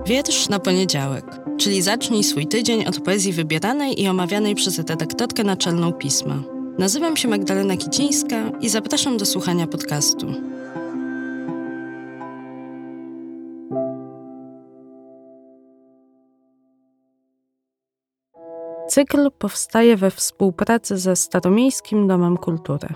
Wiersz na poniedziałek, czyli zacznij swój tydzień od poezji wybieranej i omawianej przez redaktorkę naczelną pisma. Nazywam się Magdalena Kicińska i zapraszam do słuchania podcastu. Cykl powstaje we współpracy ze Staromiejskim Domem Kultury.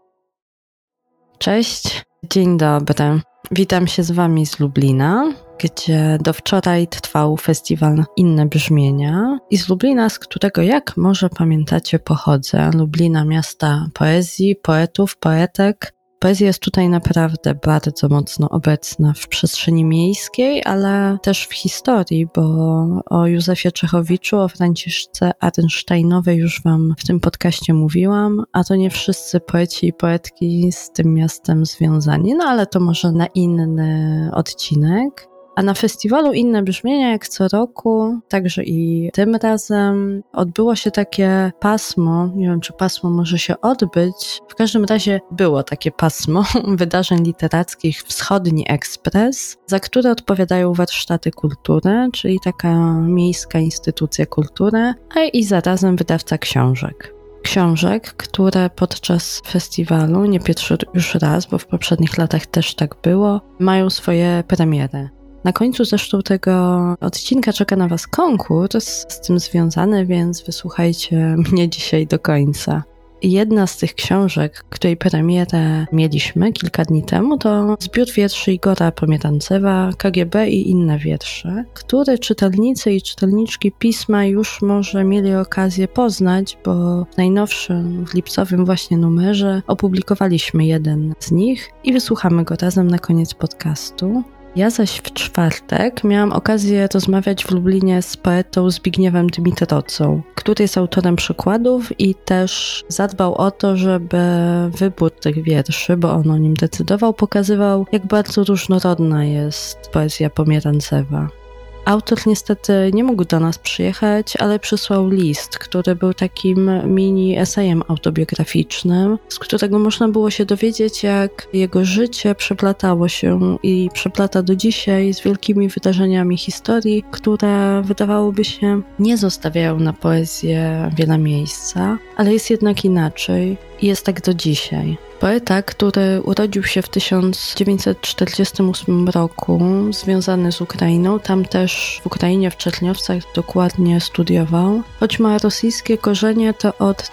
Cześć, dzień dobry. Witam się z Wami z Lublina, gdzie do wczoraj trwał festiwal Inne Brzmienia i z Lublina, z którego, jak może pamiętacie, pochodzę. Lublina, miasta poezji, poetów, poetek. Poezja jest tutaj naprawdę bardzo mocno obecna w przestrzeni miejskiej, ale też w historii, bo o Józefie Czechowiczu, o Franciszce Arnsteinowej już Wam w tym podcaście mówiłam, a to nie wszyscy poeci i poetki z tym miastem związani, no ale to może na inny odcinek. A na festiwalu Inne Brzmienia, jak co roku, także i tym razem odbyło się takie pasmo, nie wiem czy pasmo może się odbyć, w każdym razie było takie pasmo wydarzeń literackich Wschodni Ekspres, za które odpowiadają warsztaty kultury, czyli taka miejska instytucja kultury, a i zarazem wydawca książek. Książek, które podczas festiwalu, nie pierwszy już raz, bo w poprzednich latach też tak było, mają swoje premiery. Na końcu zresztą tego odcinka czeka na Was konkurs z tym związany, więc wysłuchajcie mnie dzisiaj do końca. Jedna z tych książek, której premierę mieliśmy kilka dni temu, to zbiór wierszy Igora Pomirancewa, KGB i inne wiersze, które czytelnicy i czytelniczki pisma już może mieli okazję poznać, bo w najnowszym, w lipcowym właśnie numerze opublikowaliśmy jeden z nich i wysłuchamy go razem na koniec podcastu. Ja zaś w czwartek miałam okazję rozmawiać w Lublinie z poetą Zbigniewem Dymitrocą, który jest autorem przykładów i też zadbał o to, żeby wybór tych wierszy, bo on o nim decydował, pokazywał, jak bardzo różnorodna jest poezja Pomirancewa. Autor niestety nie mógł do nas przyjechać, ale przysłał list, który był takim mini esejem autobiograficznym, z którego można było się dowiedzieć, jak jego życie przeplatało się i przeplata do dzisiaj z wielkimi wydarzeniami historii, które wydawałoby się nie zostawiają na poezję wiele miejsca, ale jest jednak inaczej i jest tak do dzisiaj. Poeta, który urodził się w 1948 roku, związany z Ukrainą, tam też w Ukrainie, w Czerniowcach dokładnie studiował. Choć ma rosyjskie korzenie, to od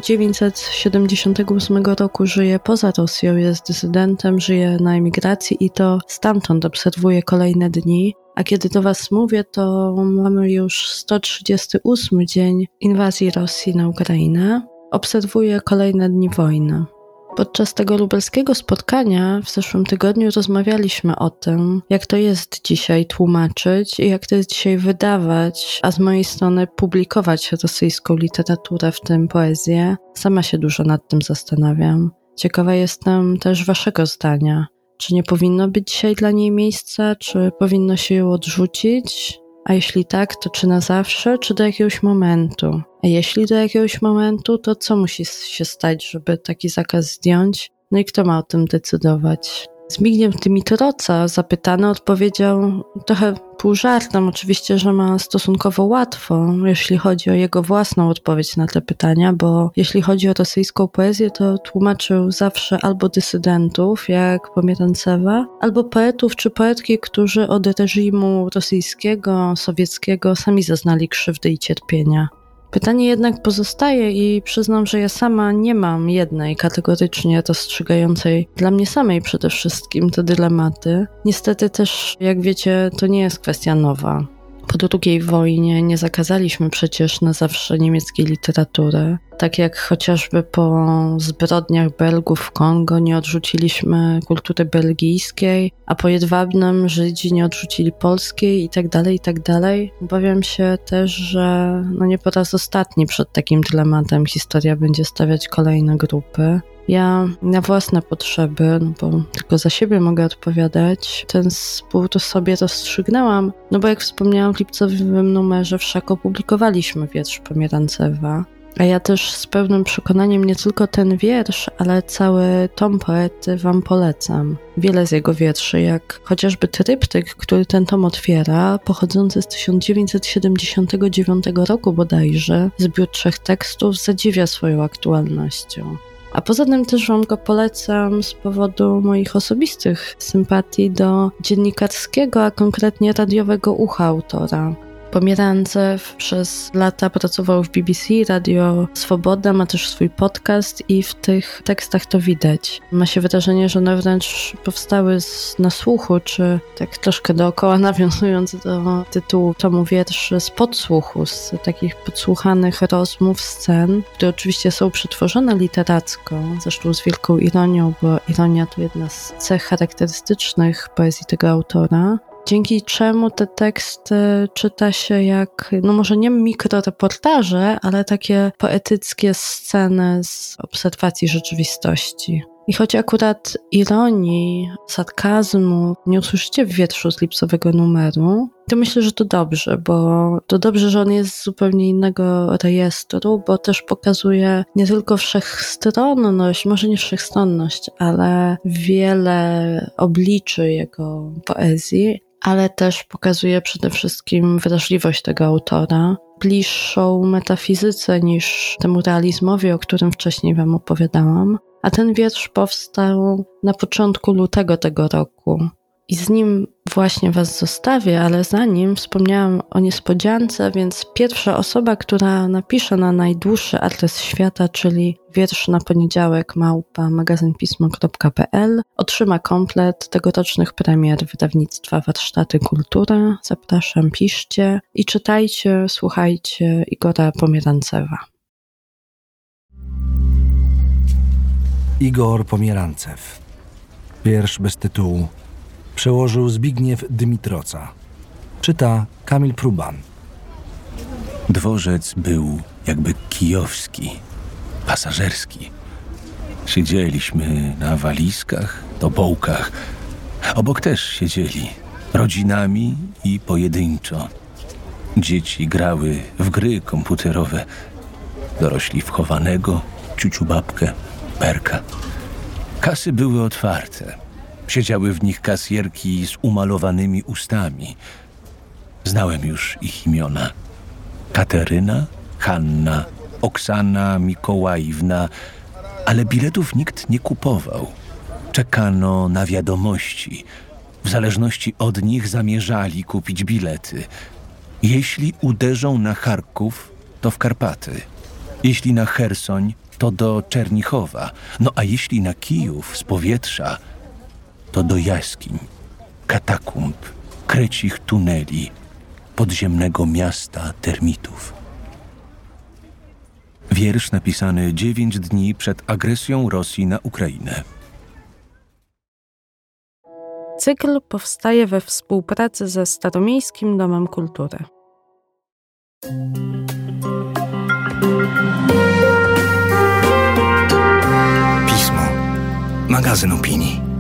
1978 roku żyje poza Rosją, jest dysydentem, żyje na emigracji i to stamtąd obserwuje kolejne dni. A kiedy do Was mówię, to mamy już 138 dzień inwazji Rosji na Ukrainę. Obserwuje kolejne dni wojny. Podczas tego lubelskiego spotkania w zeszłym tygodniu rozmawialiśmy o tym, jak to jest dzisiaj tłumaczyć i jak to jest dzisiaj wydawać, a z mojej strony publikować rosyjską literaturę, w tym poezję. Sama się dużo nad tym zastanawiam. Ciekawa jestem też Waszego zdania. Czy nie powinno być dzisiaj dla niej miejsca, czy powinno się ją odrzucić? A jeśli tak, to czy na zawsze, czy do jakiegoś momentu? A jeśli do jakiegoś momentu, to co musi się stać, żeby taki zakaz zdjąć? No i kto ma o tym decydować? Zbigniew Dymitroca, zapytany, odpowiedział trochę pół żartem, oczywiście, że ma stosunkowo łatwo, jeśli chodzi o jego własną odpowiedź na te pytania, bo jeśli chodzi o rosyjską poezję, to tłumaczył zawsze albo dysydentów, jak Pomirancewa, albo poetów czy poetki, którzy od reżimu rosyjskiego, sowieckiego sami zaznali krzywdy i cierpienia. Pytanie jednak pozostaje i przyznam, że ja sama nie mam jednej kategorycznie rozstrzygającej dla mnie samej przede wszystkim te dylematy. Niestety też, jak wiecie, to nie jest kwestia nowa. Po II wojnie nie zakazaliśmy przecież na zawsze niemieckiej literatury. Tak jak chociażby po zbrodniach Belgów w Kongo nie odrzuciliśmy kultury belgijskiej, a po Jedwabnem Żydzi nie odrzucili polskiej i tak dalej. Obawiam się też, że nie po raz ostatni przed takim dylematem historia będzie stawiać kolejne grupy. Ja na własne potrzeby, bo tylko za siebie mogę odpowiadać, ten spór sobie rozstrzygnęłam, bo jak wspomniałam w lipcowym numerze wszak opublikowaliśmy wiersz Pomirancewa. A ja też z pełnym przekonaniem nie tylko ten wiersz, ale cały tom poety wam polecam. Wiele z jego wierszy, jak chociażby tryptyk, który ten tom otwiera, pochodzący z 1979 roku bodajże, zbiór 3 tekstów, zadziwia swoją aktualnością. A poza tym też wam go polecam z powodu moich osobistych sympatii do dziennikarskiego, a konkretnie radiowego ucha autora. Pomierancew przez lata pracował w BBC, Radio Swoboda, ma też swój podcast i w tych tekstach to widać. Ma się wrażenie, że one wręcz powstały na słuchu, czy tak troszkę dookoła nawiązując do tytułu tomu wierszy, z podsłuchu, z takich podsłuchanych rozmów, scen, które oczywiście są przetworzone literacko, zresztą z wielką ironią, bo ironia to jedna z cech charakterystycznych poezji tego autora. Dzięki czemu te teksty czyta się jak, no może nie mikroreportaże, ale takie poetyckie sceny z obserwacji rzeczywistości. I choć akurat ironii, sarkazmu nie usłyszycie w wierszu z lipcowego numeru, to myślę, że to dobrze, bo to dobrze, że on jest z zupełnie innego rejestru, bo też pokazuje nie tylko wszechstronność, może nie wszechstronność, ale wiele obliczy jego poezji, ale też pokazuje przede wszystkim wrażliwość tego autora, bliższą metafizyce niż temu realizmowi, o którym wcześniej wam opowiadałam. A ten wiersz powstał na początku lutego tego roku. I z nim właśnie was zostawię, ale zanim wspomniałam o niespodziance, więc pierwsza osoba, która napisze na najdłuższy adres świata, czyli wiersz na poniedziałek @magazynpismo.pl, otrzyma komplet tegorocznych premier wydawnictwa Warsztaty Kultura. Zapraszam, piszcie i czytajcie, słuchajcie Igora Pomierancewa. Igor Pomierancew. Wiersz bez tytułu przełożył Zbigniew Dymitroca. Czyta Kamil Pruban. Dworzec był jakby kijowski, pasażerski. Siedzieliśmy na walizkach, tobołkach. Obok też siedzieli, rodzinami i pojedynczo. Dzieci grały w gry komputerowe. Dorośli w chowanego, ciuciubabkę, perka. Kasy były otwarte. Siedziały w nich kasjerki z umalowanymi ustami. Znałem już ich imiona. Kateryna, Hanna, Oksana Mikołajewna, ale biletów nikt nie kupował. Czekano na wiadomości. W zależności od nich zamierzali kupić bilety. Jeśli uderzą na Charków, to w Karpaty. Jeśli na Chersoń, to do Czernichowa. No a jeśli na Kijów z powietrza, to do jaskiń, katakumb, krecich tuneli, podziemnego miasta termitów. Wiersz napisany 9 dni przed agresją Rosji na Ukrainę. Cykl powstaje we współpracy ze Staromiejskim Domem Kultury. Pismo. Magazyn opinii.